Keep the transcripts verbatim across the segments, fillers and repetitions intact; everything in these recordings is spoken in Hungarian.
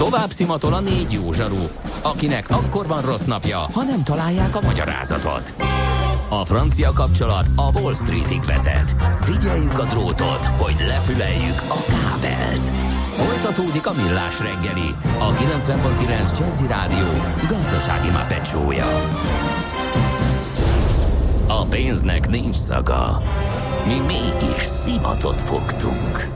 Tovább szimatol a négy jó zsaru, akinek akkor van rossz napja, ha nem találják a magyarázatot. A francia kapcsolat a Wall Streetig vezet. Figyeljük a drótot, hogy lefüleljük a kábelt. Folytatódik a Millás reggeli, a kilencven pont kilenc Jazzy Rádió gazdasági mápecsója. A pénznek nincs szaga, mi mégis szimatot fogtunk.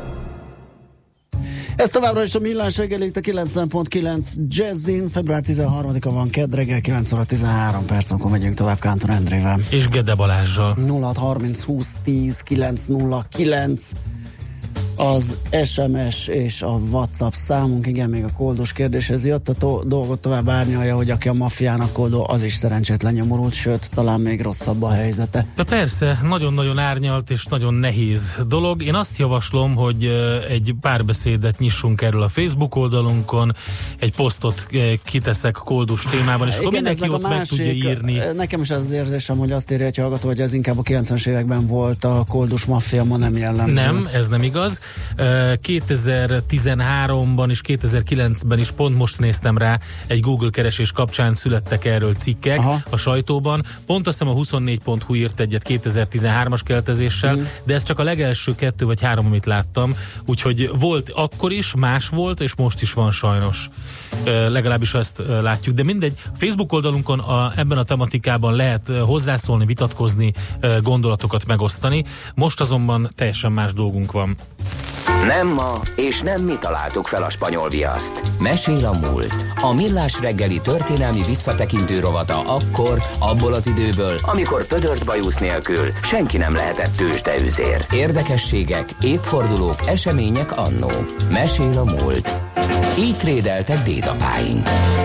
Ez továbbra is a Millás reggeli, itt a kilencven pont kilenc Jazzin. Február tizenharmadika van, kedd reggel, kilenc óra tizenhárom perc, akkor megyünk tovább Kántor Endrével. És Gede Balázsral. nulla hat harminc húsz tíz kilenc nulla kilenc az es em es és a WhatsApp számunk. Igen, még a koldus kérdéshez jött, a to- dolgot tovább árnyalja, hogy aki a maffiának koldó, az is szerencsétlen nyomorult, sőt, talán még rosszabb a helyzete. De persze, nagyon-nagyon árnyalt és nagyon nehéz dolog. Én azt javaslom, hogy egy párbeszédet nyissunk erről a Facebook oldalunkon, egy posztot kiteszek koldus témában, és akkor mindenki ott meg tudja írni. Nekem is az az érzésem, hogy azt írja egy hallgató, hogy ez inkább a kilencvenes években volt a koldus maffia, ma nem jellemző. Nem, ez nem igaz. kétezer-tizenháromban és kétezer-kilencben is pont most néztem rá, egy Google keresés kapcsán születtek erről cikkek. Aha. A sajtóban. Pont azt hiszem a huszonnégy pont hu írt egyet kétezer-tizenhármas keltezéssel, mm. de ez csak a legelső kettő vagy három, amit láttam. Úgyhogy volt akkor is, más volt, és most is van sajnos. Uh, legalábbis ezt uh, látjuk. De mindegy, Facebook oldalunkon a, ebben a tematikában lehet uh, hozzászólni, vitatkozni, uh, gondolatokat megosztani. Most azonban teljesen más dolgunk van. Nem ma, és nem mi találtuk fel a spanyol viaszt. Mesél a múlt. A Millás reggeli történelmi visszatekintő rovata akkor, abból az időből, amikor pödört bajusz nélkül senki nem lehetett tőzsdeüzér. Érdekességek, évfordulók, események annó. Mesél a múlt. Így trédeltek dédapáink.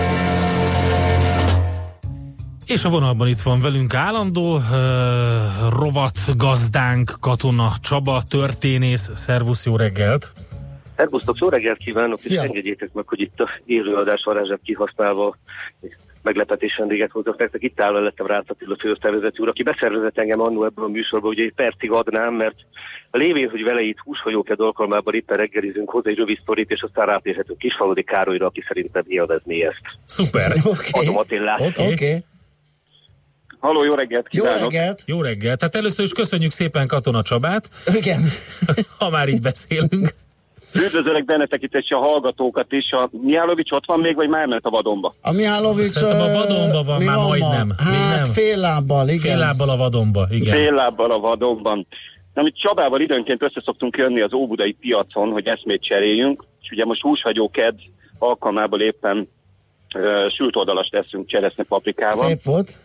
És a vonalban itt van velünk állandó uh, rovat gazdánk, Katona Csaba, történész. Szervusz, jó reggelt! Szervusztok, jó reggelt kívánok, Szia. És engedjétek meg, hogy itt a élőadás varázsát kihasználva meglepetés vendéget hozzak nektek. Itt áll lettem Rácz Attila főosztályvezető úr, aki beszervezett engem annó ebből a műsorban, ugye egy percig adnám, mert a lévén, hogy vele itt húshajóked alkalmában éppen reggelizünk hozzá egy rövid sztorit, és aztán rátérhetünk Kisfaludi Károlyra, aki szerintem élvezné ezt. Szuper! Okay. Adom Attilát. Oké. Okay. Okay. Halló, jó reggelt kívánok! Jó reggelt! Jó reggelt! Hát először is köszönjük szépen Katona Csabát. Igen. Ha már így beszélünk. Üdvözölek bennetek itt és a hallgatókat is. A Mihálovics ott van még, vagy már ment a vadonba? A Mihálovics... Szerintem a vadonba van már van majdnem. Ma? Hát nem. fél lábbal, igen. Fél lábbal a vadonba, igen. Fél lábbal a vadonban. Na, mi Csabával időnként összeszoktunk jönni az óbudai piacon, hogy eszmét cseréljünk, és ugye most húshagyóked alkalmából éppen Uh, sült oldalas teszünk cseresznye paprikával. Szép volt.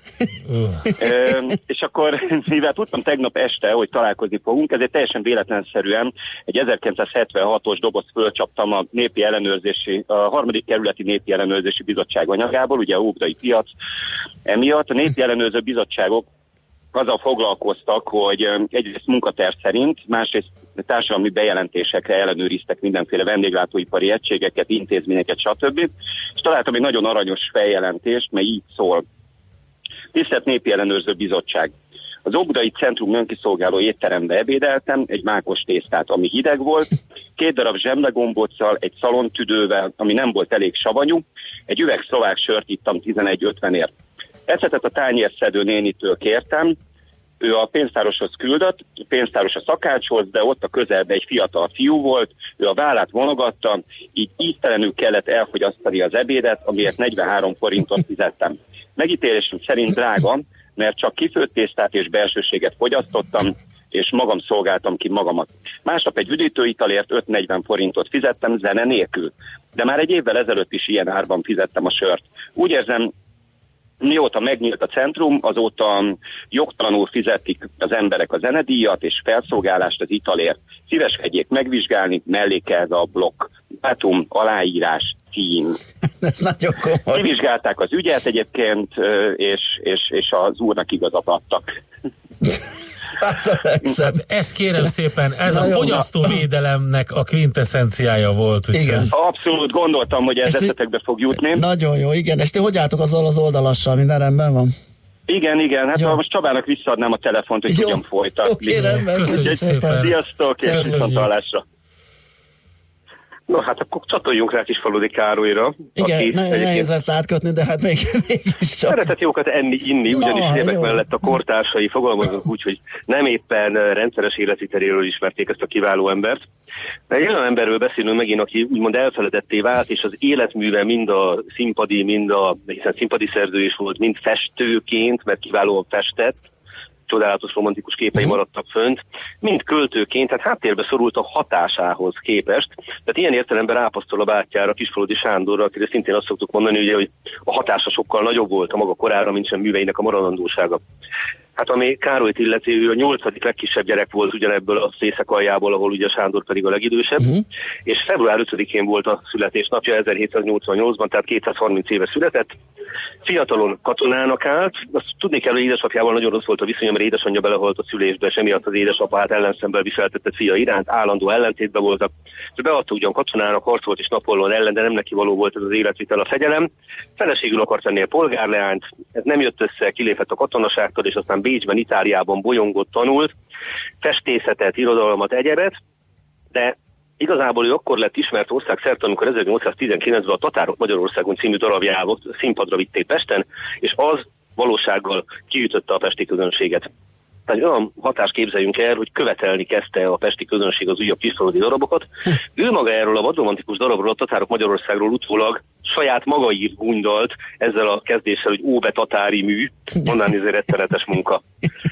uh, és akkor, mivel tudtam tegnap este, hogy találkozni fogunk, ezért teljesen véletlenszerűen egy ezerkilencszázhetvenhatos doboz fölcsaptam a népi ellenőrzési, a harmadik kerületi népi ellenőrzési bizottság anyagából, ugye a óbudai piac emiatt. A népi ellenőrző bizottságok azzal foglalkoztak, hogy egyrészt munkaterv szerint, másrészt társadalmi bejelentésekre ellenőriztek mindenféle vendéglátóipari egységeket, intézményeket, stb. És találtam egy nagyon aranyos feljelentést, mely így szól. Tisztelt Népi Ellenőrző Bizottság! Az Óbudai Centrum önkiszolgáló étterembe ebédeltem, egy mákos tésztát, ami hideg volt, két darab zsemlegombóccal, egy szalontüdővel, ami nem volt elég savanyú, egy üveg szlovák sört ittam tizenegy ötvenért. Ecetet a tányérszedő nénitől kértem, ő a pénztároshoz küldött, a pénztáros a szakácshoz, de ott a közelben egy fiatal fiú volt, ő a vállát vonogatta, így íztelenül kellett elfogyasztani az ebédet, amiért negyvenhárom forintot fizettem. Megítélésem szerint drága, mert csak kifőtt tésztát és belsőséget fogyasztottam, és magam szolgáltam ki magamat. Másnap egy üdítőitalért öt-negyven forintot fizettem zene nélkül, de már egy évvel ezelőtt is ilyen árban fizettem a sört. Úgy érzem, mióta megnyílt a centrum, azóta jogtalanul fizetik az emberek a zenedíjat és felszolgálást az italért. Szíveskedjék megvizsgálni, mellékelve a blokk. Dátum, aláírás, cím. Ez nagyon komoly. Kivizsgálták az ügyet egyébként, és, és, és az úrnak igazat adtak. Hát ezt kérem szépen, ez na a fogyasztóvédelemnek a quintessenciája volt. Igen. Abszolút gondoltam, hogy ez eszetekbe fog jutni. Nagyon jó, igen. És ti hogy álltok azzal az oldalassal? Minden rendben van? Igen, igen. Hát ha most Csabának visszaadnám a telefont, hogy tudjam folytatni. Oké, rendben. Köszönjük szépen. Sziasztok, és viszontlátásra. No, hát akkor csatoljunk rá Kisfaludy Károlyra. Igen, ne, nehéz lesz átkötni, de hát még, mégis csak. Szeretett jókat enni, inni, ugyanis no, évek mellett a kortársai fogalmaznak úgy, hogy nem éppen rendszeres életviteléről ismerték ezt a kiváló embert. De egy olyan emberről beszélünk megint, aki úgymond elfeledetté vált, és az életműve mind a színpadi, mind a, hiszen színpadi szerző is volt, mind festőként, mert kiválóan festett, csodálatos romantikus képei maradtak fönt, mind költőként, tehát háttérbe szorult a hatásához képest. Tehát ilyen értelemben rápasztol a bátyjára, Kisfaludy Sándorra, akire szintén azt szoktuk mondani, ugye, hogy a hatása sokkal nagyobb volt a maga korára, mint sem műveinek a maradandósága. Hát ami Károlyt illeti, ő a nyolcadik legkisebb gyerek volt ugyanebből a szészek aljából, ahol ugye Sándor pedig a legidősebb, uh-huh. és február ötödikén volt a születésnapja, ezerhétszáznyolcvannyolcban, tehát kétszázharminc éve született. Fiatalon katonának állt, azt tudni kell, hogy édesapjával nagyon rossz volt a viszonya, mert édesanyja belehalt a szülésbe, és emiatt az édesapa hát ellenszemben viseltetett fia iránt, állandó ellentétben voltak. És beadta ugyan katonának, harcolt és Napóleon ellen, de nem neki való volt ez az életvitel, a fegyelem. Feleségül akart venni a polgárleányt, ez nem jött össze, kilépett a katonaságtól, és aztán Bécsben, Itáliában bolyongott, tanult, festészetet, irodalmat, egyebet, de igazából ő akkor lett ismert országszerte, amikor ezernyolcszáztizenkilencben a Tatárok Magyarországon című darabjával színpadra vitték Pesten, és az valósággal kiütötte a pesti közönséget. Tehát olyan hatást képzeljünk el, hogy követelni kezdte a pesti közönség az újabb Kisfaludy darabokat. Ő maga erről a vadromantikus darabról, a Tatárok Magyarországról utólag saját maga írt gúnydalt ezzel a kezdéssel, hogy óbe tatári mű, onnan nézve rettenetes munka.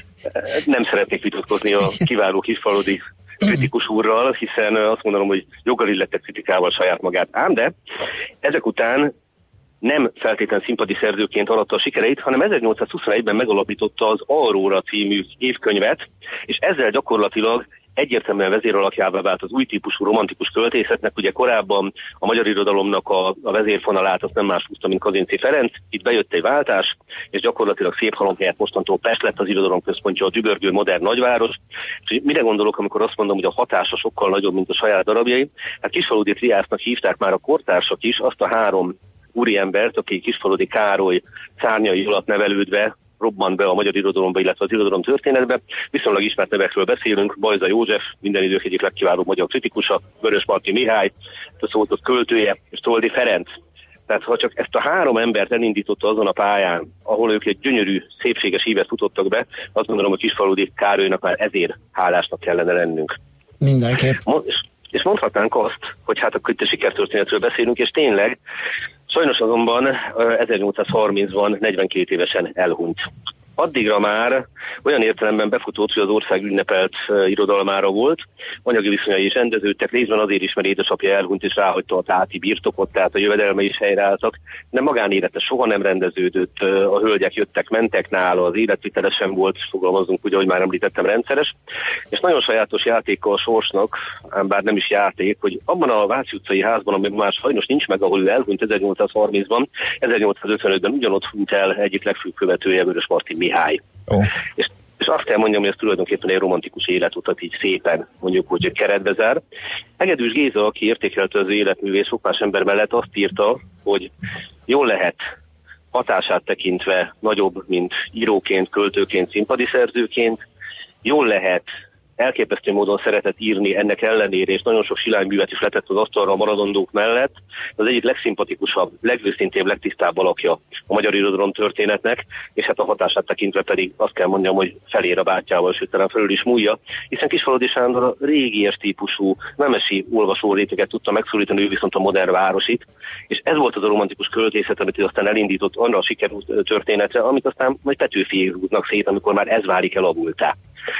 Nem szeretnék vitatkozni a kiváló Kisfaludy kritikus úrral, hiszen azt mondanom, hogy joggal illette kritikával saját magát. Ám de ezek után nem feltétlen színpadi szerzőként alatta a sikereit, hanem ezernyolcszázhuszonegyben megalapította az Aurora című évkönyvet, és ezzel gyakorlatilag egyértelműen vezéralakjává vált az új típusú romantikus költészetnek. Ugye korábban a magyar irodalomnak a, a vezérfonalát azt nem más húzta, mint Kazinczy Ferenc. Itt bejött egy váltás, és gyakorlatilag Széphalom helyett mostantól Pest lett az irodalom központja, a dübörgő modern nagyváros. És mire gondolok, amikor azt mondom, hogy a hatása sokkal nagyobb, mint a saját darabjai? Hát Kisfaludy triásznak hívták már a kortársak is azt a három úriembert, aki Kisfaludy Károly szárnyai alatt nevelődve robbant be a magyar irodalomba, illetve az irodalom történetbe. Viszonylag ismert nevekről beszélünk, Bajza József, minden idők egyik legkiválóbb magyar kritikusa, Vörösmarty Mihály, a szótott költője, és Toldy Ferenc. Tehát ha csak ezt a három embert elindította azon a pályán, ahol ők egy gyönyörű, szépséges ívet futottak be, azt gondolom, hogy Kisfaludy Károlynak már ezért hálásnak kellene lennünk. Mindenképp. És, és mondhatnánk azt, hogy hát akkor itt a sikertörténetről beszélünk, és tényleg sajnos azonban ezernyolcszázharmincban negyvenkét évesen elhunyt. Addigra már olyan értelemben befutott, hogy az ország ünnepelt uh, irodalmára volt, anyagi viszonyai is rendeződtek, részben azért is, mert édesapja elhunyt és ráhagyta a táti birtokot, tehát a jövedelmei is helyreálltak, de magánélete soha nem rendeződött, uh, a hölgyek jöttek, mentek nála, az életvitele sem volt, fogalmazunk ugye, hogy már említettem, rendszeres, és nagyon sajátos játéka a sorsnak, ám bár nem is játék, hogy abban a Váci utcai házban, ami már sajnos nincs meg, ahol ő elhunyt ezernyolcszázharmincban, ezernyolcszázötvenötben ugyanott hunyt el egyik legfőbb követője, Vörösmarty Mihály. Oh. És, és azt kell mondjam, hogy ez tulajdonképpen egy romantikus életutat így szépen, mondjuk, hogy keretbe zár. Hegedűs Géza, aki értékelte az életművét sok más ember mellett, azt írta, hogy jól lehet hatását tekintve nagyobb, mint íróként, költőként, színpadi szerzőként, jól lehet elképesztő módon szeretett írni ennek ellenére, és nagyon sok silányművet is letett az asztalra a maradandók mellett. Az egyik legszimpatikusabb, legőszintébb, legtisztább alakja a magyar irodalom történetnek, és hát a hatását tekintve pedig azt kell mondjam, hogy felér a bátyával, sőt talán felül is múlja, hiszen Kisfaludy Sándor a régies típusú nemesi olvasó réteget tudta megszólítani, ő viszont a modern városit, és ez volt az a romantikus költészet, amit ő aztán elindított arra a sikerült történetre, amit aztán majd Petőfiék rúgnak szét, amikor már ez válik elavultá.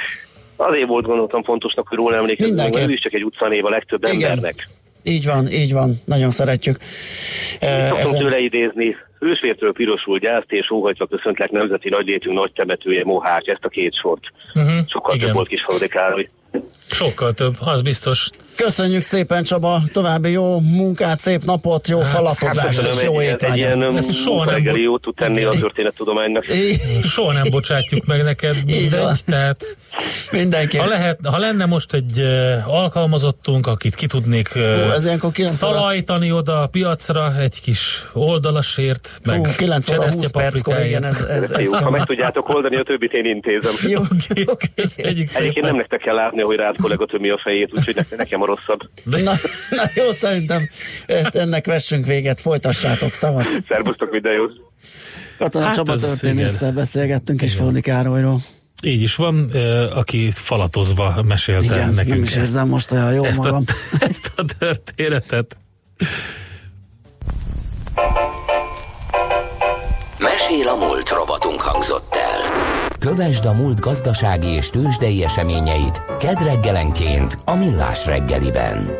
Azért volt gondoltam fontosnak, hogy róla emlékezni, mert ő is csak egy utcanév a legtöbb igen. embernek. Így van, így van, nagyon szeretjük. Szoktam Ezen... tőle idézni, hősvértől pirosul gyászt és óhajtva köszöntlek nemzeti nagylétünk nagy temetője Mohák, ezt a két sort. Uh-huh. Sokkal igen. több volt Kisfaludy Károly. Sokkal több, az biztos. Köszönjük szépen, Csaba, további jó munkát, szép napot, jó hát, falatozást, hát, és jó étvágyat. Soha nem reggeli jót tud tenni a történettudománynak. Soha nem bocsátjuk meg neked mindegy, tehát mindenki. Ha, lehet, ha lenne most egy uh, alkalmazottunk, akit ki tudnék uh, szalajtani oda a piacra egy kis oldalasért, meg cseresztyepaprikáért. Ez, ez, ez ha meg tudjátok oldani, a többit én intézem. Jó, jó, Egyébként nem nektek kell látni, hogy rád kollega tömi a fejét, úgyhogy nekem rosszabb. Na, na jó, szerintem ennek vessünk véget, folytassátok, szavasz. Szervusztok, minden jót. Katona hát Csaba történésszel beszélgettünk, és Földi Károlyról. Így is van, aki falatozva mesélte igen, nekünk. Nem is érzem most olyan jól ezt magam. A, ezt a történetet. Mesél a múlt rovatunk hangzott el. Kövesd a múlt gazdasági és tőzsdei eseményeit kedd reggelenként a Millás reggeliben.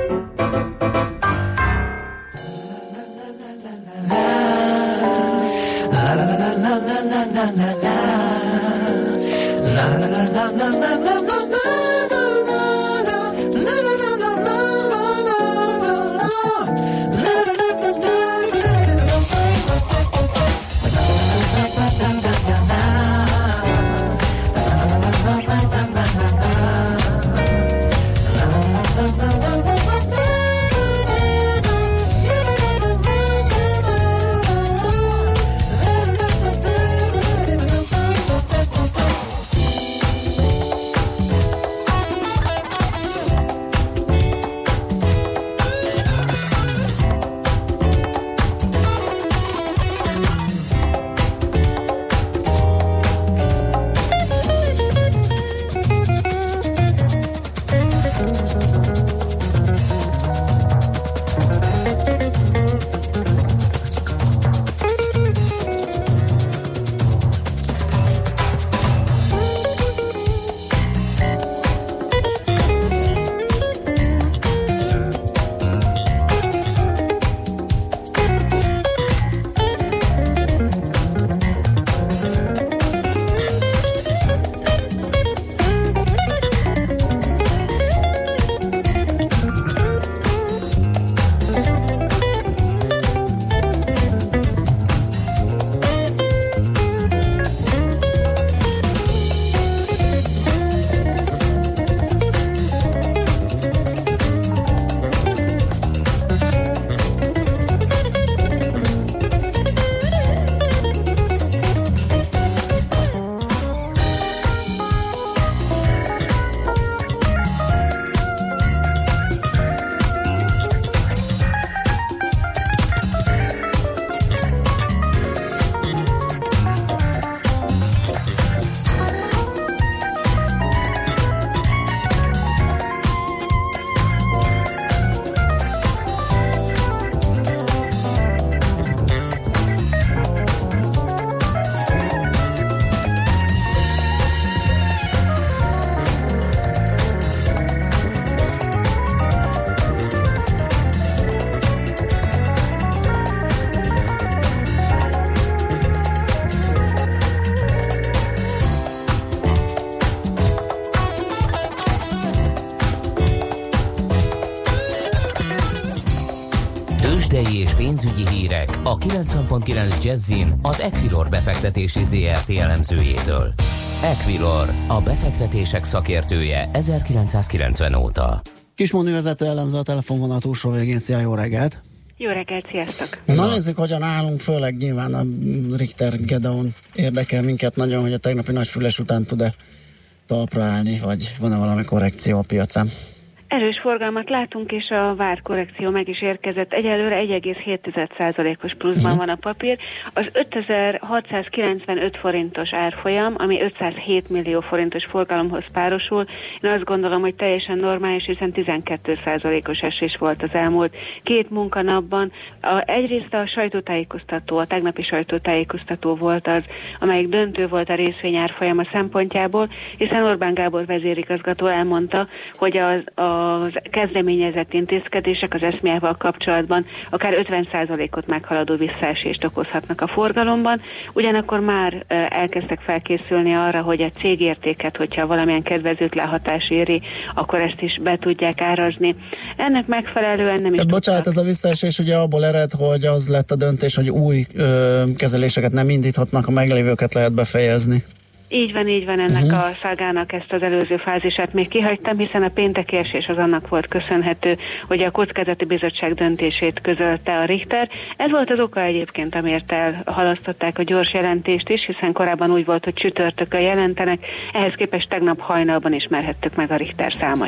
És pénzügyi hírek a kilencven pont kilenc Jazzin az Equilor befektetési zé er té elemzőjétől. Equilor, a befektetések szakértője ezerkilencszázkilencven óta. Kismondő vezető elemző a telefonvonal túlsó végén. Szia, jó reggelt! Jó reggelt, sziasztok! Na nézzük, hogyan állunk, főleg nyilván a Richter Gedeon érdekel minket nagyon, hogy a tegnapi nagy füles után tud-e talpra állni, vagy van-e valami korrekció a piacán? Erős forgalmat látunk, és a várt korrekció meg is érkezett. Egyelőre egy egész hét százalékos pluszban uh-huh. van a papír. Az ötezer-hatszázkilencvenöt forintos árfolyam, ami ötszázhét millió forintos forgalomhoz párosul. Én azt gondolom, hogy teljesen normális, hiszen tizenkét százalékos esés volt az elmúlt két munkanapban. A, egyrészt a sajtótájékoztató, a tegnapi sajtótájékoztató volt az, amelyik döntő volt a részvényárfolyama szempontjából, hiszen Orbán Gábor vezérigazgató elmondta, hogy az, a az kezdeményezett intézkedések az eszmével kapcsolatban akár ötven százalékot meghaladó visszaesést okozhatnak a forgalomban. Ugyanakkor már elkezdtek felkészülni arra, hogy a cégértéket, hogyha valamilyen kedvezőtlen hatás éri, akkor ezt is be tudják árazni. Ennek megfelelően nem is tudtak. Bocsánat, ez a visszaesés ugye abból ered, hogy az lett a döntés, hogy új ö, kezeléseket nem indíthatnak, a meglévőket lehet befejezni. Így van, így van, ennek uh-huh. a szágának ezt az előző fázisát még kihagytam, hiszen a pénteki esés az annak volt köszönhető, hogy a kockázati bizottság döntését közölte a Richter. Ez volt az oka egyébként, amiért elhalasztották a gyors jelentést is, hiszen korábban úgy volt, hogy csütörtökön jelentenek, ehhez képest tegnap hajnalban ismerhettük meg a Richter számait.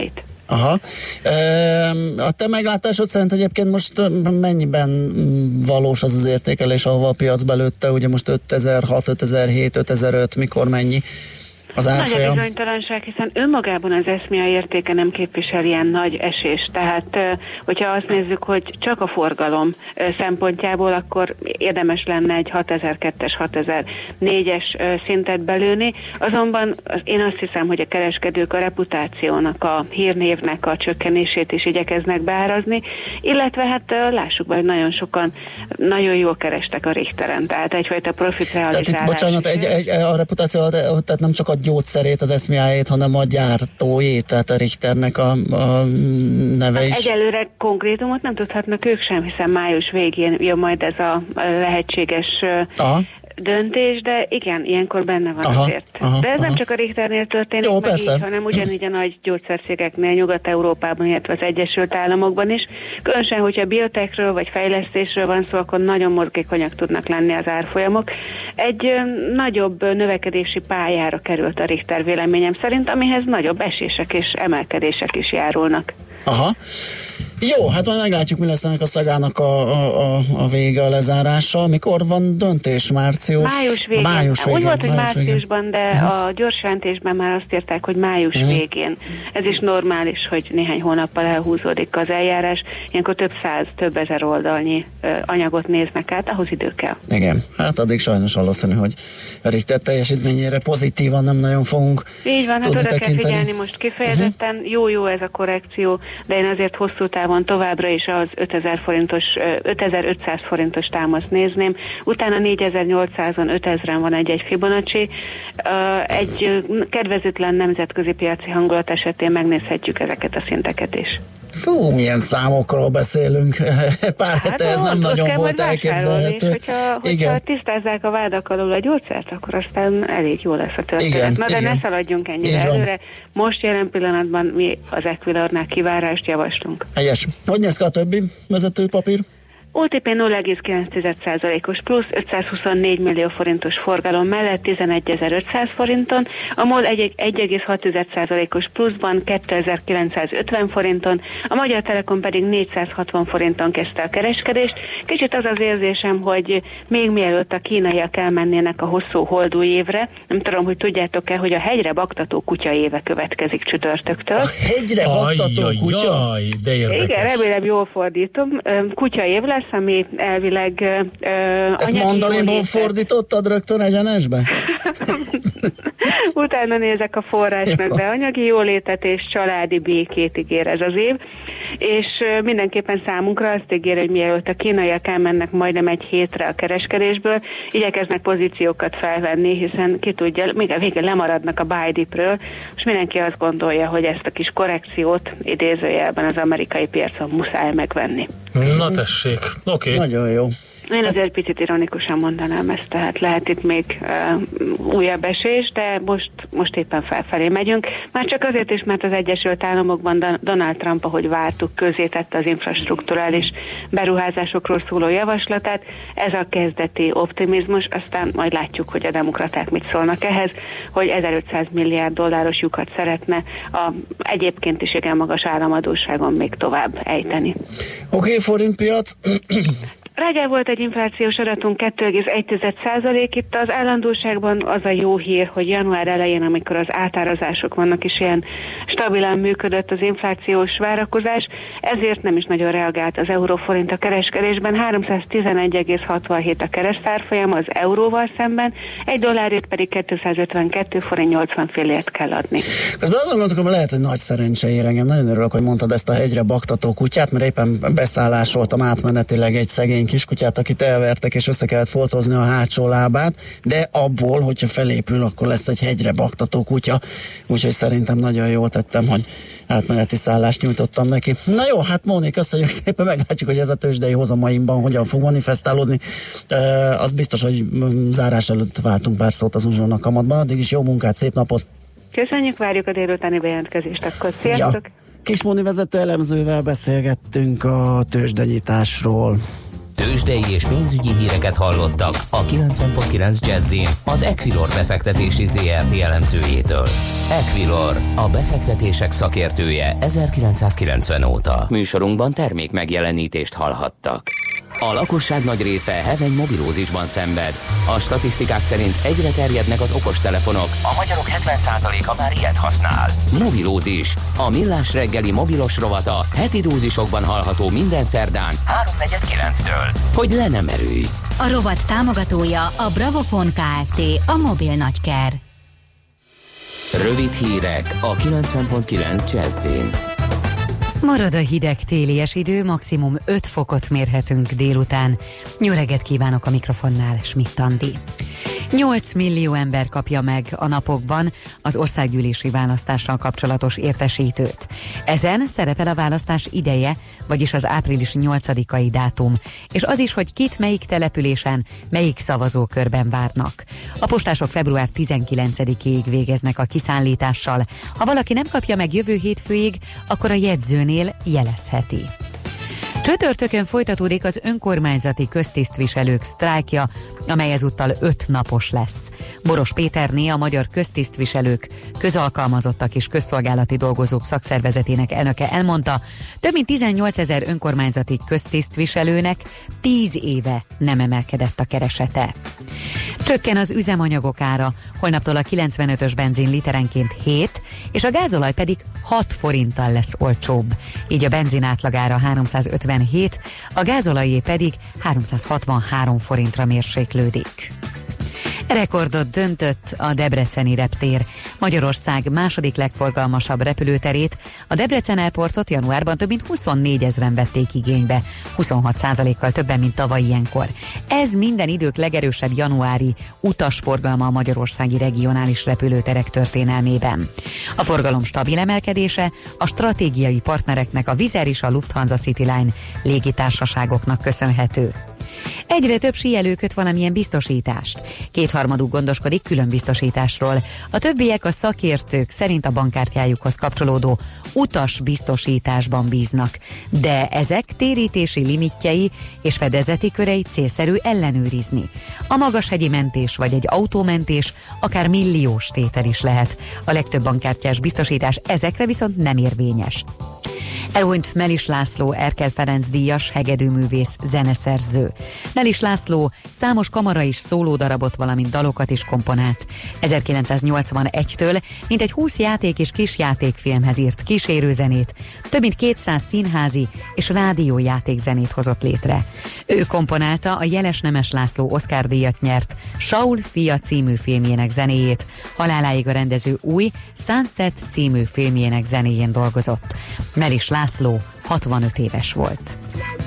Aha. A te meglátásod szerint egyébként most mennyiben valós az az értékelés, ahova a piac belőtte, ugye most ötezer-hat, ötezer-hét, ötezer-öt, mikor mennyi az árfolyam? Nagy a bizonytalanság, hiszen önmagában az es em i á értéke nem képvisel ilyen nagy esést. Tehát, hogyha azt nézzük, hogy csak a forgalom szempontjából, akkor érdemes lenne egy hatezer-kettes, hatezer-négyes szintet belőni. Azonban én azt hiszem, hogy a kereskedők a reputációnak, a hírnévnek a csökkenését is igyekeznek beárazni, illetve hát lássuk be, hogy nagyon sokan nagyon jól kerestek a Richteren, tehát egyfajta profit realizálás. Tehát itt, bocsánat, egy, egy, a reputáció, tehát nem csak a gyógyszerét, az es em i á-ét, hanem a gyártóét, tehát a Richternek a, a neve is. Egyelőre konkrétumot nem tudhatnak ők sem, hiszen május végén jön majd ez a lehetséges Aha. döntés, de igen, ilyenkor benne van aha, azért. Aha, de ez aha. nem csak a Richternél történik, Jó, meg így, hanem ugyanígy a nagy gyógyszercégeknél, Nyugat-Európában, illetve az Egyesült Államokban is. Különösen, hogyha biotechről vagy fejlesztésről van szó, akkor nagyon mozgékonyak tudnak lenni az árfolyamok. Egy ö, nagyobb növekedési pályára került a Richter véleményem szerint, amihez nagyobb esések és emelkedések is járulnak. Aha. Jó, hát majd meglátjuk, mi lesz ennek a szagának a, a, a, a vége, a lezárása. Mikor van döntés? Március? Május végén. Május végén. Úgy volt, hogy május márciusban, végén. de uh-huh. a gyors jelentésben már azt írták, hogy május uh-huh. végén. Ez is normális, hogy néhány hónappal elhúzódik az eljárás. Ilyenkor több száz, több ezer oldalnyi ö, anyagot néznek át, ahhoz idő kell. Igen, hát addig sajnos valószínű, hogy a Richter teljesítményére pozitívan nem nagyon fogunk Így van, hát oda tekinteni. kell figyelni most kifejezetten. Uh-huh. Jó-jó ez a korrekció, de én azért hosszú távon továbbra is az ötezer forintos, ötezer-ötszáz forintos támaszt nézném. Utána négyezer-nyolcszázon, ötezren van egy-egy Fibonacci. Egy kedvezőtlen nemzetközi piaci hangulat esetén megnézhetjük ezeket a szinteket is. Fú, milyen számokról beszélünk. Pár hát hete ez nem nagyon volt elképzelhető. Hogyha, hogyha tisztázzák a vádak alól a gyógyszert, akkor aztán elég jó lesz a történet. Igen, Na de igen. ne szaladjunk ennyire előre. Most jelen pillanatban mi az Equilarnál kivárást javaslunk. Helyes. Hogy néz ki a többi vezetőpapír? o té pé nulla egész kilenc százalékos plusz, ötszázhuszonnégy millió forintos forgalom mellett tizenegyezer-ötszáz forinton, a MOL egy egész hat százalékos pluszban kétezer-kilencszázötven forinton, a Magyar Telekom pedig négyszázhatvan forinton kezdte a kereskedést. Kicsit az az érzésem, hogy még mielőtt a kínaiak elmennének a hosszú holdú évre, nem tudom, hogy tudjátok-e, hogy a hegyre baktató kutya éve következik csütörtöktől. A hegyre baktató Ajjaj, kutya? De érdekes. Igen, remélem jól fordítom. Kutya év lesz, ami elvileg uh, ezt mandarinból fordítottad rögtön egyenesbe? Utána nézek a forrásnak, de anyagi jólétet és családi békét ígér ez az év, és uh, mindenképpen számunkra azt ígér, hogy mielőtt a kínaiak elmennek majdnem egy hétre a kereskedésből, igyekeznek pozíciókat felvenni, hiszen ki tudja, még a végén lemaradnak a buy dipről, és mindenki azt gondolja, hogy ezt a kis korrekciót idézőjelben az amerikai piacon muszáj megvenni. Na tessék, oké. Okay. Nagyon jó. Én azért picit ironikusan mondanám ezt, tehát lehet itt még uh, újabb esés, de most, most éppen felfelé megyünk. Már csak azért is, mert az Egyesült Államokban Donald Trump, ahogy vártuk, közzétette az infrastrukturális beruházásokról szóló javaslatát. Ez a kezdeti optimizmus, aztán majd látjuk, hogy a demokraták mit szólnak ehhez, hogy ezerötszáz milliárd dolláros lyukat szeretne a egyébként is igen magas államadósságon még tovább ejteni. Oké, okay, forintpiac. Reggel volt egy inflációs adatunk kettő egész egy százalék. Itt az állandóságban az a jó hír, hogy január elején, amikor az átárazások vannak, is ilyen stabilan működött az inflációs várakozás, ezért nem is nagyon reagált az euróforint a kereskedésben. háromszáztizenegy egész hatvanhét a keresztárfolyam az euróval szemben, egy dollárért pedig kétszázötvenkettő forint nyolcvan fillért kell adni. Közben azon gondolom, hogy lehet, hogy nagy szerencse ér engem. Nagyon örülök, hogy mondtad ezt a hegyre baktató kutyát, mert éppen beszállásoltam átmenetileg egy szegény kiskutyát, akit elvertek, és össze kellett foltozni a hátsó lábát, de abból, hogyha felépül, akkor lesz egy hegyre baktató kutya, úgyhogy szerintem nagyon jól tettem, hogy átmeneti szállást nyújtottam neki. Na jó, hát Móni, köszönjük szépen, meglátjuk, hogy ez a tőzsdei hozamaimban hogyan fog manifestálódni. E, az biztos, hogy zárás előtt váltunk pár szót az uzsonnak kamatban, addig is jó munkát, szép napot! Köszönjük, várjuk a délutáni bejelentkezést, akkor sziasztok! Ja. Kis Móni vezető elemzővel beszélgettünk a tőzsdenyításról. Tőzsdei és pénzügyi híreket hallottak a kilencven pont kilenc Jazzin az Equilor befektetési zé er té elemzőjétől. Equilor, a befektetések szakértője ezerkilencszázkilencven óta. Műsorunkban termék megjelenítést hallhattak. A lakosság nagy része heveny mobilózisban szenved. A statisztikák szerint egyre terjednek az okostelefonok. A magyarok hetven százaléka már ilyet használ. Mobilózis. A Millás reggeli mobilos rovata heti dózisokban hallható minden szerdán háromnegyed kilenctől. Hogy le nem erőj. A rovat támogatója a Bravofon Kft. A mobil nagyker. Rövid hírek a kilencven pont kilenc Jazzin. Marad a hideg télies idő, maximum öt fokot mérhetünk délután. Jó reggelt kívánok a mikrofonnál, Schmidt Andi. nyolc millió ember kapja meg a napokban az országgyűlési választással kapcsolatos értesítőt. Ezen szerepel a választás ideje, vagyis az április nyolcadikai dátum, és az is, hogy kit melyik településen, melyik szavazókörben várnak. A postások február tizenkilencedikéig végeznek a kiszállítással. Ha valaki nem kapja meg jövő hétfőig, akkor a jegyzőnél jelezheti. Csütörtökön folytatódik az önkormányzati köztisztviselők sztrájkja, amely ezúttal öt napos lesz. Boros Péterné, a Magyar Köztisztviselők, Közalkalmazottak és Közszolgálati Dolgozók Szakszervezetének elnöke elmondta, több mint tizennyolcezer önkormányzati köztisztviselőnek tíz éve nem emelkedett a keresete. Csökken az üzemanyagok ára, holnaptól a kilencvenötös benzin literenként hét, és a gázolaj pedig hat forinttal lesz olcsóbb. Így a benzin átlagára háromszázötvenhét, a gázolajé pedig háromszázhatvanhárom forintra mérséklődik. Rekordot döntött a debreceni reptér. Magyarország második legforgalmasabb repülőterét, a Debrecen Airportot januárban több mint huszonnégyezer vették igénybe, huszonhat százalékkal többen, mint tavaly ilyenkor. Ez minden idők legerősebb januári utasforgalma a magyarországi regionális repülőterek történelmében. A forgalom stabil emelkedése a stratégiai partnereknek, a Wizz Air és a Lufthansa Cityline légitársaságoknak köszönhető. Egyre több síelő köt valamilyen biztosítást. Kétharmaduk gondoskodik külön biztosításról. A többiek a szakértők szerint a bankkártyájukhoz kapcsolódó utas biztosításban bíznak. De ezek térítési limitjei és fedezeti körei célszerű ellenőrizni. A magashegyi mentés vagy egy autómentés akár milliós tétel is lehet. A legtöbb bankkártyás biztosítás ezekre viszont nem érvényes. Elhunyt Melis László, Erkel Ferenc díjas hegedűművész, zeneszerző. Melis László számos kamara és szólódarabot, valamint dalokat is komponált. ezerkilencszáznyolcvanegytől mintegy húsz játék és kisjátékfilmhez írt kísérőzenét, több mint kétszáz színházi és rádiójátékzenét hozott létre. Ő komponálta a Jeles Nemes László Oscar-díjat nyert Saul fia című filmjének zenéjét, haláláig a rendező új Sunset című filmjének zenéjén dolgozott. Melis László hatvanöt éves volt.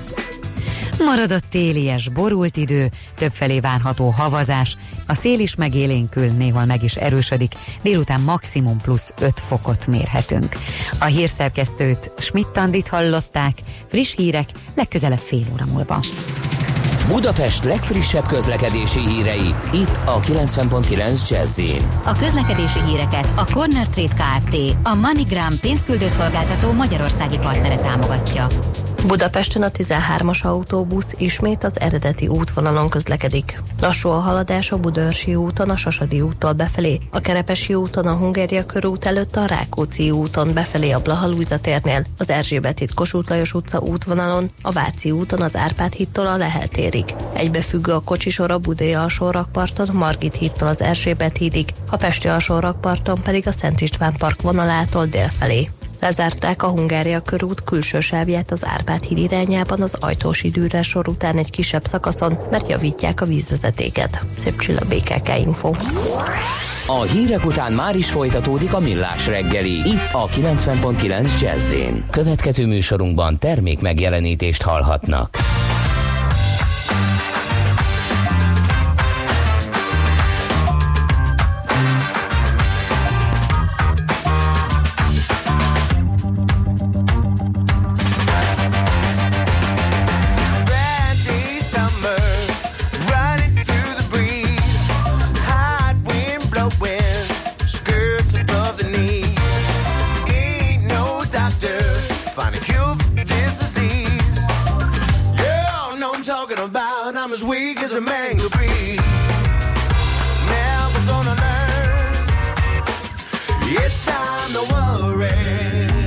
Marad a télies, borult idő, többfelé várható havazás, a szél is megélénkül, néhol meg is erősödik, délután maximum plusz öt fokot mérhetünk. A hírszerkesztőt, Schmidt Andit hallották, friss hírek legközelebb fél óra múlva. Budapest legfrissebb közlekedési hírei, itt a kilencven pont kilenc Jazz-in. A közlekedési híreket a Corner Trade Kft., a MoneyGram pénzküldőszolgáltató magyarországi partnere támogatja. Budapesten a tizenhármas autóbusz ismét az eredeti útvonalon közlekedik. Lassú a haladás a Budaörsi úton a Sasadi úttól befelé, a Kerepesi úton a Hungária körút előtt a Rákóczi úton befelé a Blaha Lujza térnél, az Erzsébet híd Kossuth Lajos utca útvonalon, a Váci úton az Árpád hídtól a Lehel térig. Egybefüggő a kocsisor a Budai alsórakparton, Margit hídtól az Erzsébet hídig, a Pesti alsórakparton pedig a Szent István park vonalától délfelé. Lezárták a Hungária körút külső sávját az Árpád híd irányában az Ajtósi Dürer sor után egy kisebb szakaszon, mert javítják a vízvezetéket. Szép Csilla, bé ká ká Info. A hírek után már is folytatódik a Millás reggeli, itt a kilencven pont kilenc Jazz-én. Következő műsorunkban termék megjelenítést hallhatnak. About as weak as a man could be. Never gonna learn. It's time to worry.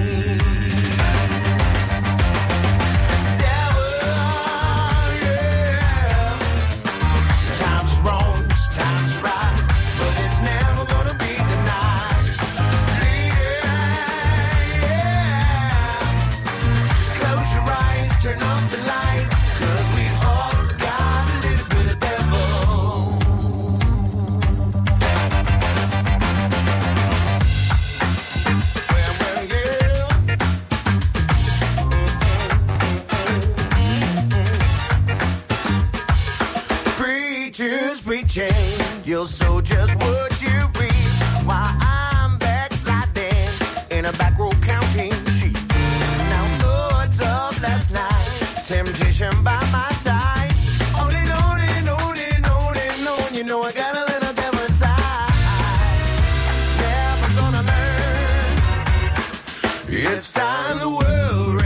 You'll sow just what you reap while I'm backsliding in a back row counting sheep. Now thoughts of last night, temptation by my side. On and on and on and on and on, you know I got a little devil inside. Never gonna learn. It's time to worry.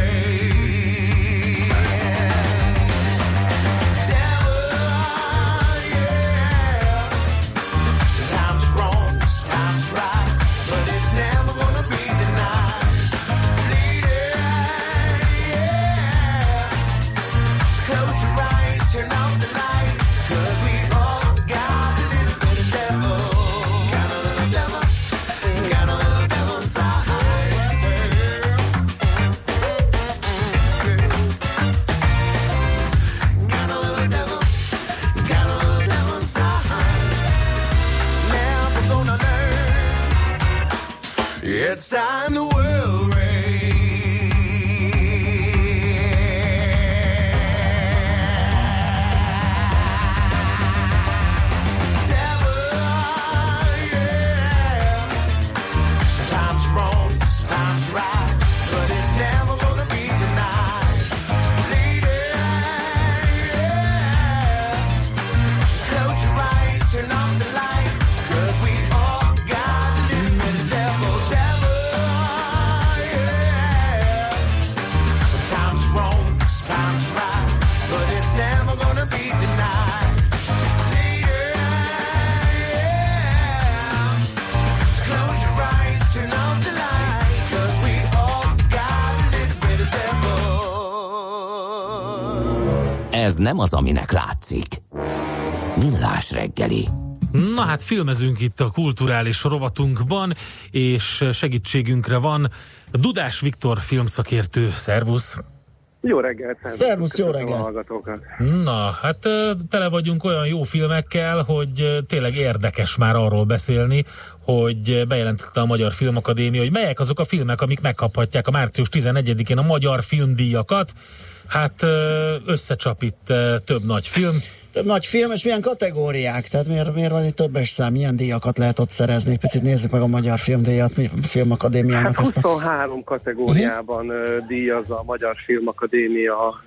It's time to worry. Devil, yeah. Sometimes wrong, sometimes right, but it's never gonna be denied. Lady, yeah. Just close your eyes, turn off the light, 'cause we all got a little bit of devil. Ez nem az, aminek látszik. Millás reggeli. Na hát filmezünk itt a kulturális rovatunkban, és segítségünkre van Dudás Viktor filmszakértő. Szervusz! Jó reggelt! Szervusz, jó reggelt! Na, hát tele vagyunk olyan jó filmekkel, hogy tényleg érdekes már arról beszélni, hogy bejelentette a Magyar Filmakadémia, hogy melyek azok a filmek, amik megkaphatják a március tizennegyedikén a Magyar Filmdíjakat. Hát összecsap itt több nagy film. Több nagy film, és milyen kategóriák? Tehát miért, miért van itt többes szám? Milyen díjakat lehet ott szerezni? Picit nézzük meg a Magyar Filmdíjat, mi Filmakadémiának. Hát huszonhárom kategóriában uh-huh. díjazza a Magyar Filmakadémia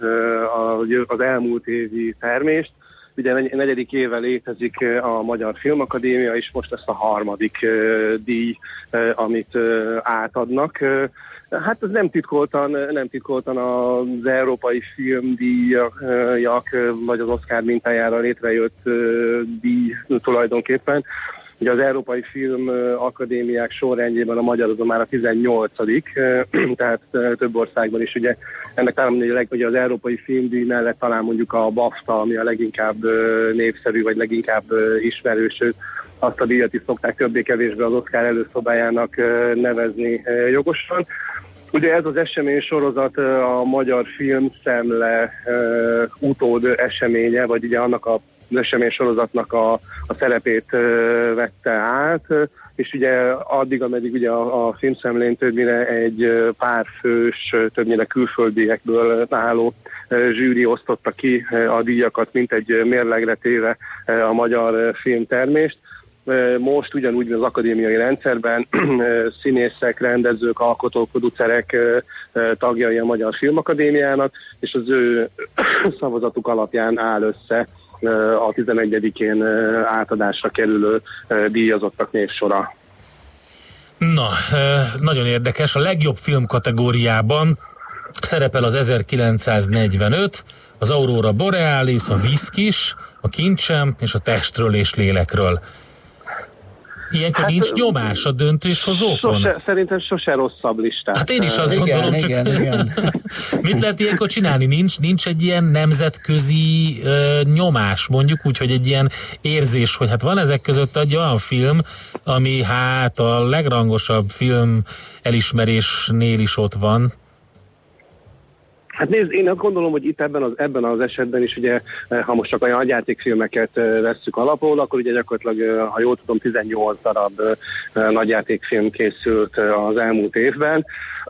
az elmúlt évi termést. Ugye negyedik éve létezik a Magyar Filmakadémia, és most lesz a harmadik díj, amit átadnak. Hát ez nem titkoltan, nem titkoltan az európai filmdíjak, vagy az Oscar mintájára létrejött díj tulajdonképpen. Ugye az Európai Film Akadémiák sorrendjében a magyar azon már a tizennyolcadik, tehát több országban is ugye ennek talán mondjuk, hogy az Európai Filmdíj mellett talán mondjuk a BAFTA, ami a leginkább népszerű, vagy leginkább ismerős, azt a díjat is szokták többé-kevésbé az Oscar előszobájának nevezni jogosan. Ugye ez az esemény sorozat a Magyar Filmszemle utód eseménye, vagy ugye annak a az esemény sorozatnak a, a szerepét vette át, és ugye addig, ameddig ugye a, a filmszemlén többnyire egy pár fős, többnyire külföldiekből álló zsűri osztotta ki a díjakat, mint egy mérlegre téve a magyar filmtermést. Most ugyanúgy, mint az akadémiai rendszerben színészek, rendezők, alkotók, producerek tagjai a Magyar Filmakadémiának, és az ő szavazatuk alapján áll össze a tizenegyedikén átadásra kerülő díjazottak névsora. Na, nagyon érdekes. A legjobb film kategóriában szerepel az ezerkilencszáznegyvenöt, az Aurora Borealis, a Viszkis, a Kincsem és a Testről és lélekről. Ilyenkor hát, nincs nyomás a döntéshozókon? Sose, szerintem sose rosszabb listát. Hát én is azt igen, gondolom, csak igen, igen. mit lehet ilyenkor csinálni? Nincs, nincs egy ilyen nemzetközi uh, nyomás, mondjuk úgy, hogy egy ilyen érzés, hogy hát van ezek között egy olyan film, ami hát a legrangosabb film elismerésnél is ott van. Hát nézd, én azt gondolom, hogy itt ebben az, ebben az esetben is, ugye, ha most csak olyan nagyjátékfilmeket vesszük alapul, akkor ugye gyakorlatilag, ha jól tudom, tizennyolc darab nagyjátékfilm készült az elmúlt évben.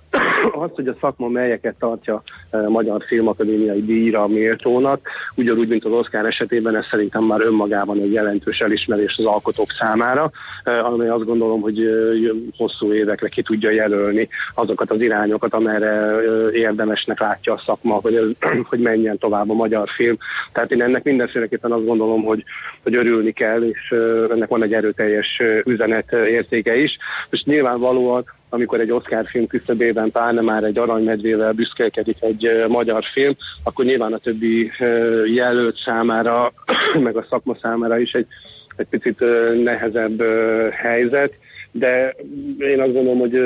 Az, hogy a szakma melyeket tartja a Magyar Filmakadémiai díjra méltónak, ugyanúgy, mint az Oscar esetében, ez szerintem már önmagában egy jelentős elismerés az alkotók számára, amely azt gondolom, hogy hosszú évekre ki tudja jelölni azokat az irányokat, amerre érdemesnek látja a szakma, hogy, hogy menjen tovább a magyar film. Tehát én ennek mindenféleképpen azt gondolom, hogy, hogy örülni kell, és ennek van egy erőteljes üzenet értéke is. És nyilvánvalóan, amikor egy Oscar film küszöbében pláne már egy aranymedvével büszkélkedik egy magyar film, akkor nyilván a többi jelölt számára, meg a szakma számára is egy, egy picit nehezebb helyzet, de én azt gondolom, hogy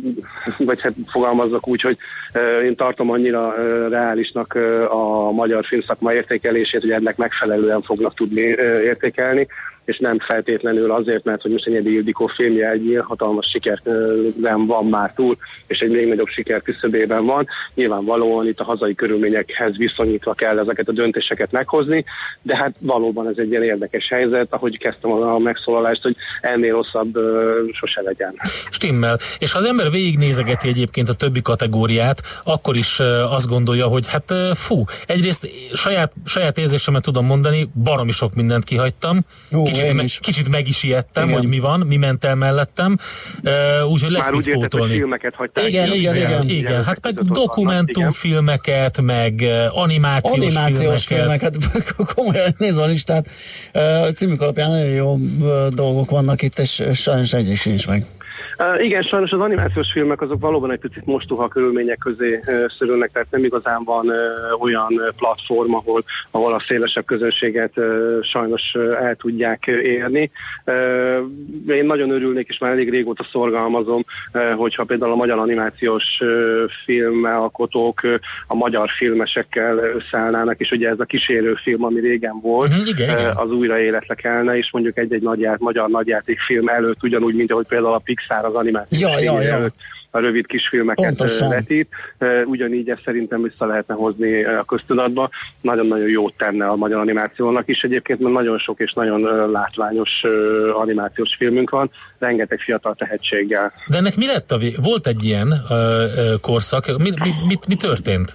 vagy hát fogalmazzak úgy, hogy én tartom annyira reálisnak a magyar filmszakma értékelését, hogy ennek megfelelően fognak tudni értékelni, és nem feltétlenül azért, mert hogy most Enyedi Ildikó filmje egy hatalmas sikerben van már túl, és egy még nagyobb siker küszöbében van. Nyilvánvalóan itt a hazai körülményekhez viszonyítva kell ezeket a döntéseket meghozni, de hát valóban ez egy ilyen érdekes helyzet, ahogy kezdtem a megszólalást, hogy ennél rosszabb uh, sose legyen. Stimmel. És ha az ember végignézegeti egyébként a többi kategóriát, akkor is uh, azt gondolja, hogy hát uh, fú, egyrészt saját, saját érzésemet tudom mondani, baromi sok mindent kihagytam. Jó, Kicsit, me, kicsit meg is ijedtem, igen, hogy mi van, mi ment el mellettem, uh, úgyhogy lesz már mit úgy pótolni. Érted, filmeket hagyták. Igen, igen, igen. igen. igen. igen. Hát meg dokumentumfilmeket, meg animációs, animációs filmeket. filmeket. Komolyan nézve a listát, uh, címük alapján nagyon jó uh, dolgok vannak itt, és sajnos egyik sincs meg. Uh, igen, sajnos az animációs filmek azok valóban egy picit mostoha körülmények közé uh, szorulnak, tehát nem igazán van uh, olyan platform, ahol, ahol a szélesebb közönséget uh, sajnos uh, el tudják uh, érni. Uh, én nagyon örülnék, és már elég régóta szorgalmazom, uh, hogyha például a magyar animációs uh, filmalkotók uh, a magyar filmesekkel összeállnának, és ugye ez a kísérőfilm, ami régen volt, uh-huh, igen, uh, igen. az újra életre kelne, és mondjuk egy-egy nagyját, magyar nagyjátékfilm előtt, ugyanúgy, mint ahogy például a Pixar az animációs ja, ja, ja. a rövid kisfilmeket Pontosan. vetít. Ugyanígy ezt szerintem vissza lehetne hozni a köztudatba. Nagyon-nagyon jót tenne a magyar animációnak is egyébként, mert nagyon sok és nagyon látványos animációs filmünk van, rengeteg fiatal tehetséggel. De ennek mi lett a vé... Volt egy ilyen uh, uh, korszak, mi, mi, mi, mi történt?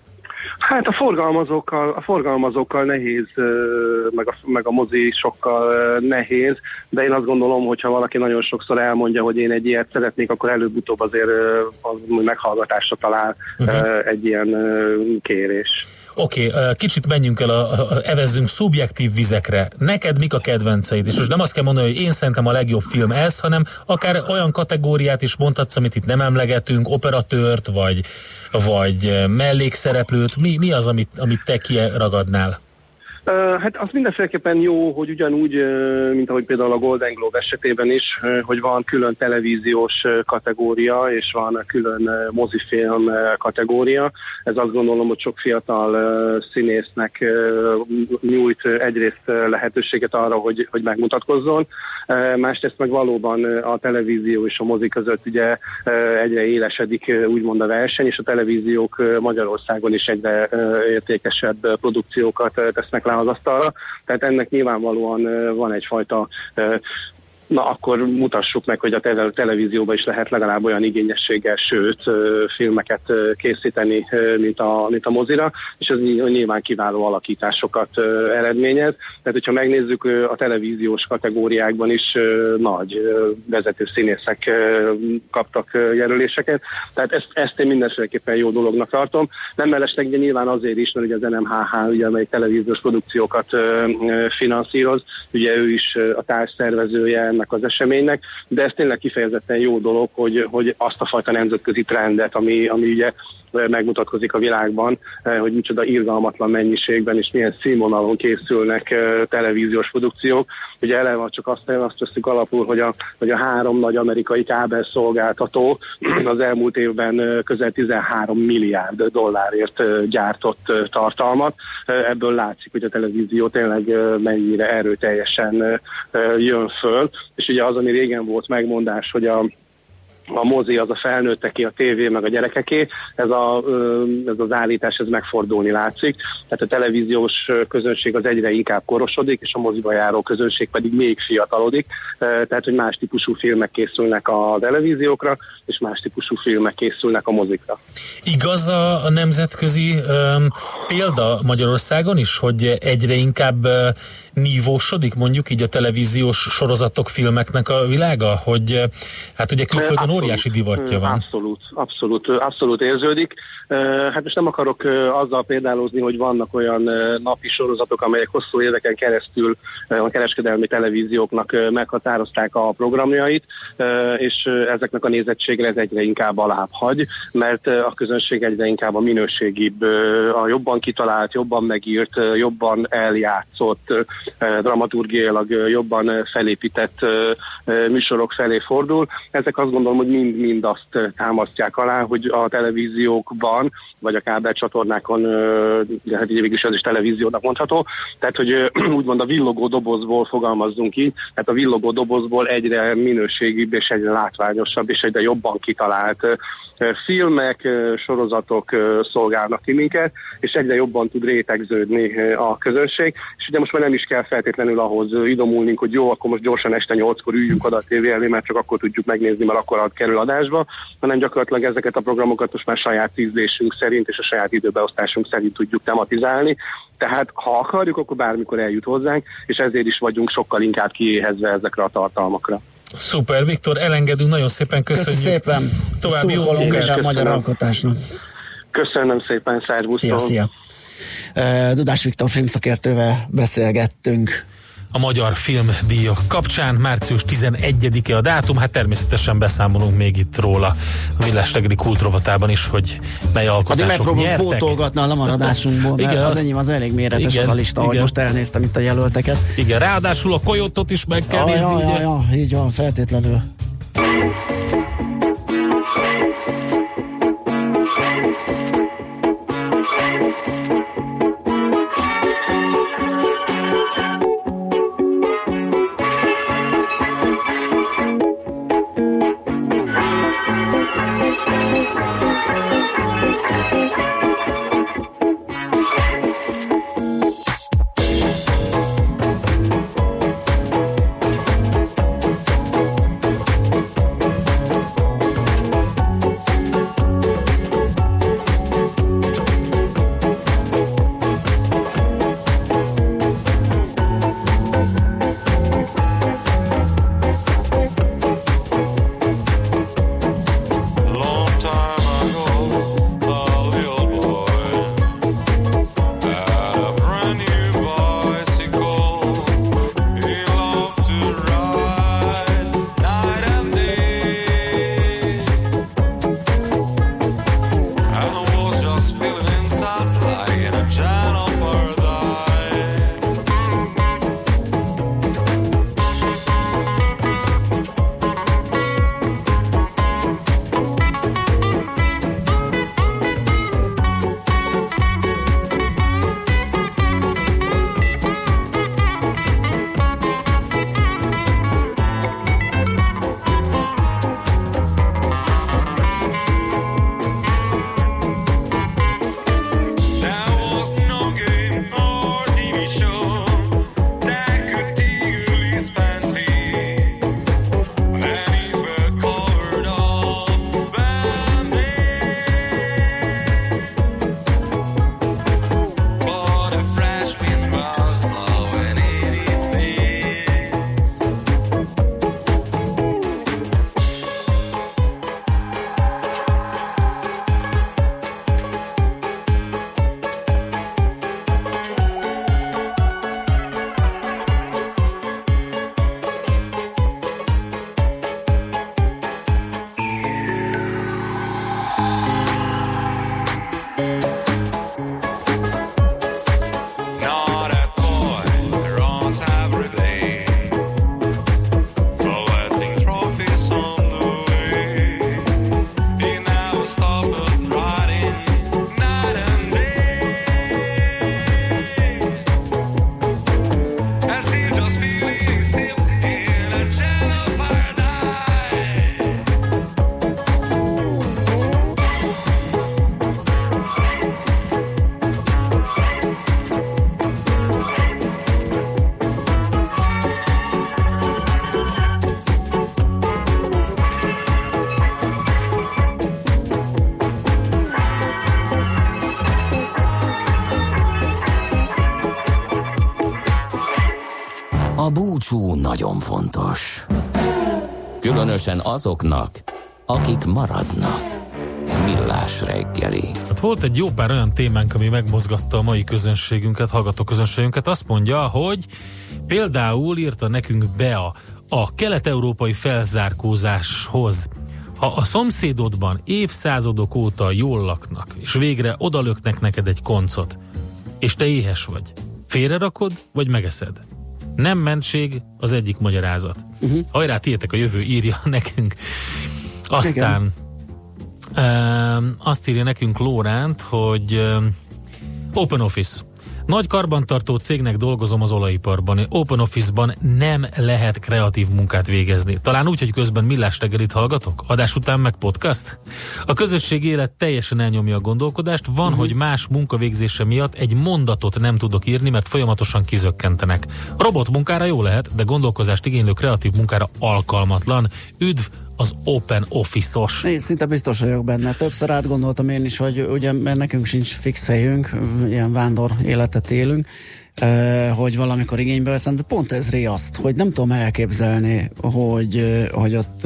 Hát a forgalmazókkal, a forgalmazókkal nehéz, meg a, meg a mozisokkal nehéz, de én azt gondolom, hogy ha valaki nagyon sokszor elmondja, hogy én egy ilyet szeretnék, akkor előbb-utóbb azért az meghallgatásra talál uh-huh. egy ilyen kérés. Oké, okay, kicsit menjünk el, a, a, evezzünk szubjektív vizekre. Neked mik a kedvenceid? És most nem azt kell mondani, hogy én szerintem a legjobb film ez, hanem akár olyan kategóriát is mondhatsz, amit itt nem emlegetünk, operatőrt, vagy, vagy mellékszereplőt. Mi, mi az, amit, amit te kiragadnál? Uh, hát az mindenféleképpen jó, hogy ugyanúgy, uh, mint ahogy például a Golden Globe esetében is, uh, hogy van külön televíziós uh, kategória, és van külön uh, mozifilm uh, kategória. Ez azt gondolom, hogy sok fiatal uh, színésznek uh, nyújt uh, egyrészt uh, lehetőséget arra, hogy, hogy megmutatkozzon. Uh, másrészt meg valóban uh, a televízió és a mozi között ugye uh, egyre élesedik uh, úgymond a verseny, és a televíziók uh, Magyarországon is egyre uh, értékesebb uh, produkciókat uh, tesznek az asztalra, tehát ennek nyilvánvalóan van egyfajta, na akkor mutassuk meg, hogy a tele- televízióban is lehet legalább olyan igényességgel, sőt, filmeket készíteni, mint a, mint a mozira, és ez nyilván kiváló alakításokat eredményez. Tehát, hogyha megnézzük, a televíziós kategóriákban is nagy vezető színészek kaptak jelöléseket, tehát ezt, ezt én mindenféleképpen jó dolognak tartom. Nem mellesleg ugye nyilván azért is, mert ugye az en em há há, ugye, amely televíziós produkciókat finanszíroz, ugye ő is a társszervezője ennek az eseménynek, de ez tényleg kifejezetten jó dolog, hogy, hogy azt a fajta nemzetközi trendet, ami, ami ugye megmutatkozik a világban, hogy micsoda irgalmatlan mennyiségben és milyen színvonalon készülnek televíziós produkciók. Ugye eleve csak azt, azt veszük alapul, hogy a, hogy a három nagy amerikai kábelszolgáltató az elmúlt évben közel tizenhárom milliárd dollárért gyártott tartalmat. Ebből látszik, hogy a televízió tényleg mennyire erőteljesen jön föl. És ugye az, ami régen volt megmondás, hogy a a mozi az a felnőtteké, a tévé meg a gyerekeké, ez, a, ez az állítás ez megfordulni látszik. Tehát a televíziós közönség az egyre inkább korosodik, és a moziba járó közönség pedig még fiatalodik. Tehát, hogy más típusú filmek készülnek a televíziókra, és más típusú filmek készülnek a mozikra. Igaz a, a nemzetközi um, példa Magyarországon is, hogy egyre inkább uh, nívósodik mondjuk így a televíziós sorozatok, filmeknek a világa, hogy uh, hát ugye külföldön abszolút, óriási divatja van. Abszolút, abszolút, abszolút érződik. Hát most nem akarok azzal példálozni, hogy vannak olyan napi sorozatok, amelyek hosszú éveken keresztül a kereskedelmi televízióknak meghatározták a programjait, és ezeknek a nézettségre ez egyre inkább alább hagy, mert a közönség egyre inkább a minőségibb, a jobban kitalált, jobban megírt, jobban eljátszott, dramaturgiailag jobban felépített műsorok felé fordul. Ezek azt gondolom, hogy mind-mind azt támasztják alá, hogy a televíziókban vagy a kábelcsatornákon, de hát végül is ez is televíziónak mondható, tehát hogy úgymond a villogó dobozból fogalmazzunk így, tehát a villogó dobozból egyre minőségibb és egyre látványosabb és egyre jobban kitalált filmek, sorozatok szolgálnak ki minket, és egyre jobban tud rétegződni a közönség, és ugye most már nem is kell feltétlenül ahhoz idomulnunk, hogy jó, akkor most gyorsan este nyolckor üljünk oda a tévé elé, mert csak akkor tudjuk megnézni, mert akkor kerül adásba, hanem gyakorlatilag ezeket a programokat most már saját ízlésünk szerint és a saját időbeosztásunk szerint tudjuk tematizálni. Tehát ha akarjuk, akkor bármikor eljut hozzánk, és ezért is vagyunk sokkal inkább kiéhezve ezekre a tartalmakra. Szuper, Viktor, elengedünk, nagyon szépen köszönjük. Köszönjük szépen. További jó munkát a magyar alkotásnak. Köszönöm szépen, szervusztok. Szia, szia. Dudás Viktor filmszakértővel beszélgettünk. A Magyar Filmdíjak kapcsán március tizenegyedike a dátum, hát természetesen beszámolunk még itt róla a Millás reggeli kultrovatában is, hogy mely alkotások nyertek. Addig megpróbálunk pótolgatni a lemaradásunkból, mert igen, az enyém az elég méretes, igen, az a lista, igen. Ahogy most elnéztem itt a jelölteket. Igen, ráadásul a Coyote-ot is meg kell ja, nézni, ja, ugye? Ja, ja, így van, feltétlenül. A búcsú nagyon fontos. Különösen azoknak, akik maradnak. Millás reggeli. Hát volt egy jó pár olyan témánk, ami megmozgatta a mai közönségünket, hallgató közönségünket. Azt mondja, hogy például írta nekünk Bea, a kelet-európai felzárkózáshoz. Ha a szomszédodban évszázadok óta jól laknak, és végre odalöknek neked egy koncot, és te éhes vagy, félrerakod, vagy megeszed? Nem mentség az egyik magyarázat. Uh-huh. Hajrá, tiétek a jövő, írja nekünk. Aztán um, azt írja nekünk Lóránt, hogy um, Open Office. Nagy karbantartó cégnek dolgozom az olajiparban. Open Office-ban nem lehet kreatív munkát végezni. Talán úgy, hogy közben Millás reggelit hallgatok? Adás után meg podcast? A közösségi élet teljesen elnyomja a gondolkodást. Van, uh-huh. hogy más munkavégzése miatt egy mondatot nem tudok írni, mert folyamatosan kizökkentenek. Robot munkára jó lehet, de gondolkozást igénylő kreatív munkára alkalmatlan. Üdv az Open Office-os. Én szinte biztos vagyok benne. Többször átgondoltam én is, hogy ugye, mert nekünk sincs fix helyünk, ilyen vándor életet élünk, hogy valamikor igénybe veszem, de pont ez riaszt, hogy nem tudom elképzelni, hogy, hogy ott...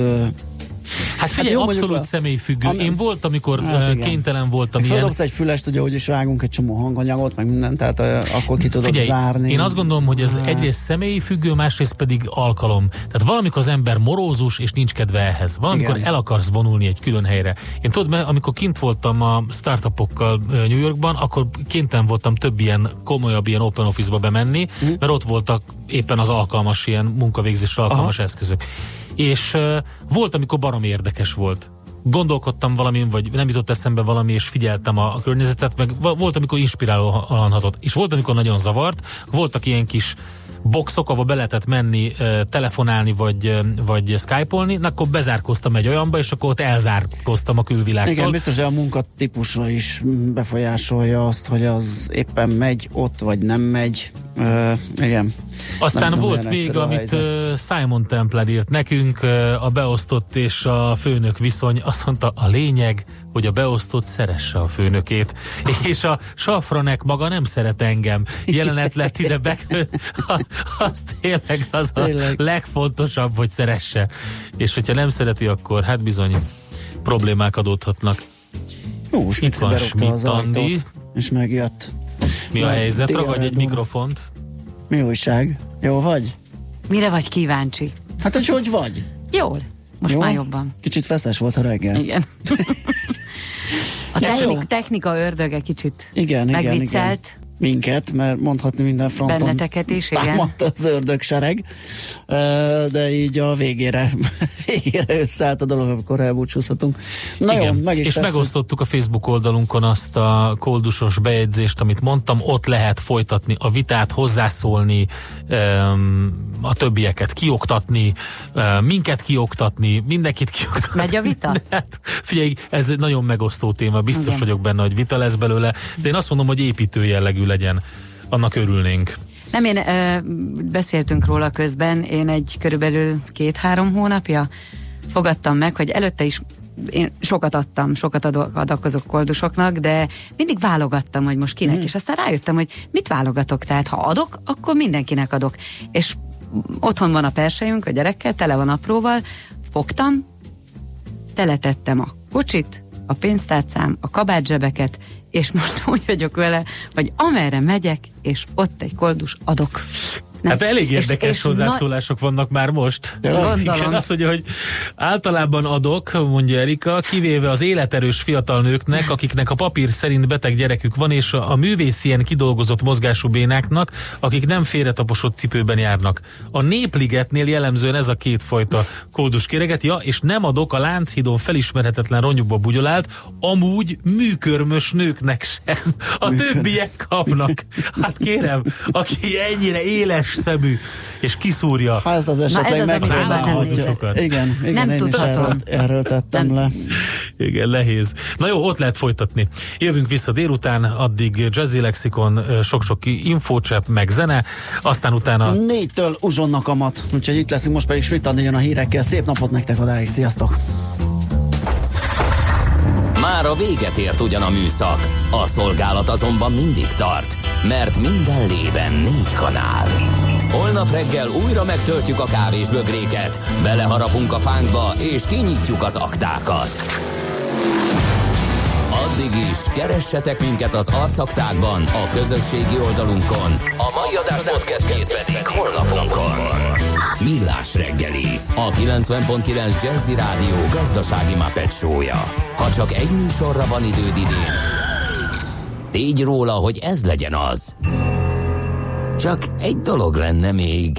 Hát figyelj, hát jó, abszolút személyfüggő. Am- Én volt, amikor hát kénytelen voltam ilyen... Feldobsz egy fülest, ugye úgyis vágunk egy csomó hanganyagot, meg mindent, tehát uh, akkor ki tudod figyelj, zárni. Én azt gondolom, hogy ez egyrészt személyfüggő, másrészt pedig alkalom. Tehát valamikor az ember morózus, és nincs kedve ehhez. Valamikor igen. el akarsz vonulni egy külön helyre. Én tudod, mert amikor kint voltam a startupokkal New Yorkban, akkor kénytelen voltam több ilyen komolyabb ilyen Open Office-ba bemenni, mm. mert ott voltak éppen az alkalmas ilyen munkavégzésre alkalmas Aha. eszközök. És uh, volt, amikor baromi érdekes volt. Gondolkodtam valamin, vagy nem jutott eszembe valami, és figyeltem a, a környezetet, meg volt, amikor inspirálóan hatott. És volt, amikor nagyon zavart, voltak ilyen kis boxok, ahol be lehetett menni, uh, telefonálni, vagy, uh, vagy skype-olni, akkor bezárkoztam egy olyanba, és akkor ott elzárkoztam a külvilágtól. Igen, biztos, hogy a munkatípusra is befolyásolja azt, hogy az éppen megy ott, vagy nem megy. Uh, igen. Aztán nem, volt nem még, amit uh, Simon Temple írt nekünk, uh, a beosztott és a főnök viszony. Azt mondta, a lényeg, hogy a beosztott szeresse a főnökét. És a Safranek maga nem szeret engem. Jelenet lett ide be. Az tényleg az tényleg. A legfontosabb, hogy szeresse. És hogyha nem szereti, akkor hát bizony problémák adódhatnak. Jó, itt van Schmidt Andi. És megjött. Mi a helyzet? Ragadj egy mikrofont. Mi újság? Jó vagy? Mire vagy kíváncsi? Hát, hogy hogy vagy? Jól. Most Jó? Már jobban. Kicsit feszes volt a reggel. Igen. A technik, technika ördöge kicsit igen, megviccelt. Igen, igen. Minket, mert mondhatni minden fronton benneteket is, igen. Támadt az ördögsereg, de így a végére végére összeállt a dolog, amikor elbúcsúzhatunk. Na igen, jó, meg is és tesszük. Megosztottuk a Facebook oldalunkon azt a koldusos bejegyzést, amit mondtam, ott lehet folytatni a vitát, hozzászólni, a többieket kioktatni, minket kioktatni, mindenkit kioktatni. Megy a vita? Hát, figyelj, ez egy nagyon megosztó téma, biztos igen. vagyok benne, hogy vita lesz belőle, de én azt mondom, hogy építő jellegű legyen, annak örülnénk. Nem, én ö, beszéltünk róla közben, én egy körülbelül két-három hónapja fogadtam meg, hogy előtte is én sokat adtam, sokat adakozok koldusoknak, de mindig válogattam, hogy most kinek, mm. és aztán rájöttem, hogy mit válogatok, tehát ha adok, akkor mindenkinek adok. És otthon van a persejünk, a gyerekkel, tele van apróval, fogtam, teletettem a kocsit, a pénztárcám, a kabátzsebeket, és most úgy vagyok vele, hogy amerre megyek, és ott egy koldus adok. Nem. Hát elég érdekes és, és hozzászólások na... vannak már most. Gondolom. Azt mondja, hogy általában adok, mondja Erika, kivéve az életerős fiatal nőknek, akiknek a papír szerint beteg gyerekük van, és a, a művészien kidolgozott mozgású bénáknak, akik nem félretaposott cipőben járnak. A Népligetnél jellemzően ez a kétfajta kódus kéreget, ja, és nem adok a Lánchídon felismerhetetlen rongyokba bugyolált, amúgy műkörmös nőknek sem. A Műkör. Többiek kapnak. Hát kérem, aki ennyire éles szemű, és kiszúrja. Hát az esetleg megpróbálhatja. Igen, igen, nem én is erről, erről tettem nem. le. Igen, nehéz. Na jó, ott lehet folytatni. Jövünk vissza délután, addig Jazzy Lexikon, sok-sok infócsepp, meg zene, aztán utána... Négytől uzsonnak a mat, úgyhogy itt leszünk, most pedig Schmidt Andi jön a hírekkel. Szép napot nektek odáig, sziasztok! Már a véget ért ugyan a műszak, a szolgálat azonban mindig tart, mert minden lében négy kanál. Holnap reggel újra megtöltjük a kávés bögréket, beleharapunk a fánkba és kinyitjuk az aktákat. Addig is, keressetek minket az arcaktákban, a közösségi oldalunkon. A mai adás podcastjét pedig holnapunkon. Millás reggeli, a kilencven pont kilenc Jazzy Rádió gazdasági Muppet show-ja. Ha csak egy műsorra van időd idén, tégy róla, hogy ez legyen az. Csak egy dolog lenne még.